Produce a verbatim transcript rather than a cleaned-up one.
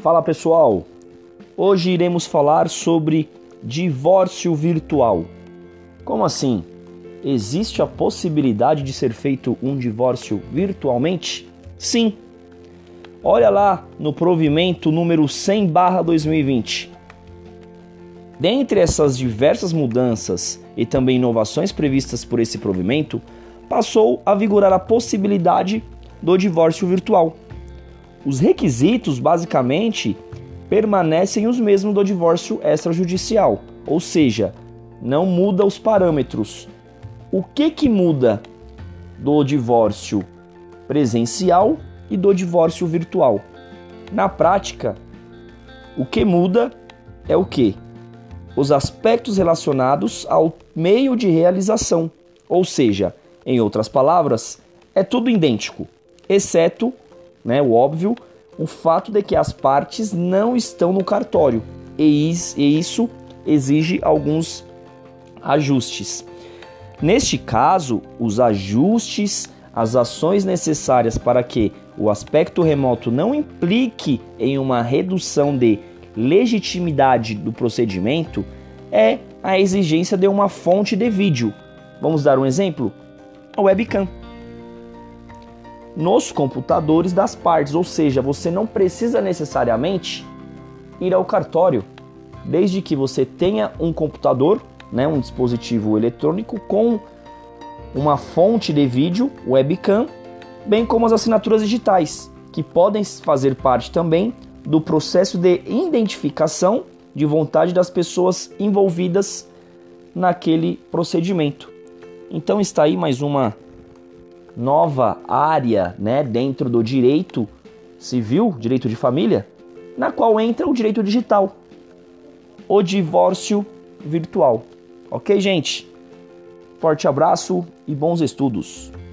Fala pessoal, hoje iremos falar sobre divórcio virtual. Como assim? Existe a possibilidade de ser feito um divórcio virtualmente? Sim. Olha lá no provimento número cem barra dois mil e vinte. Dentre essas diversas mudanças e também inovações previstas por esse provimento, passou a vigorar a possibilidade do divórcio virtual. Os requisitos, basicamente, permanecem os mesmos do divórcio extrajudicial, ou seja, não muda os parâmetros. O que que muda do divórcio presencial e do divórcio virtual? Na prática, o que muda é o quê? Os aspectos relacionados ao meio de realização, ou seja, em outras palavras, é tudo idêntico, exceto, né, o óbvio, o fato de que as partes não estão no cartório e isso exige alguns ajustes. Neste caso, os ajustes, as ações necessárias para que o aspecto remoto não implique em uma redução de legitimidade do procedimento é a exigência de uma fonte de vídeo. Vamos dar um exemplo? A webcam. Nos computadores das partes, ou seja, você não precisa necessariamente ir ao cartório, desde que você tenha um computador, né, um dispositivo eletrônico com uma fonte de vídeo, webcam, bem como as assinaturas digitais, que podem fazer parte também do processo de identificação de vontade das pessoas envolvidas naquele procedimento. Então está aí mais uma nova área, né, dentro do direito civil, direito de família, na qual entra o direito digital, o divórcio virtual. Ok, gente? Forte abraço e bons estudos!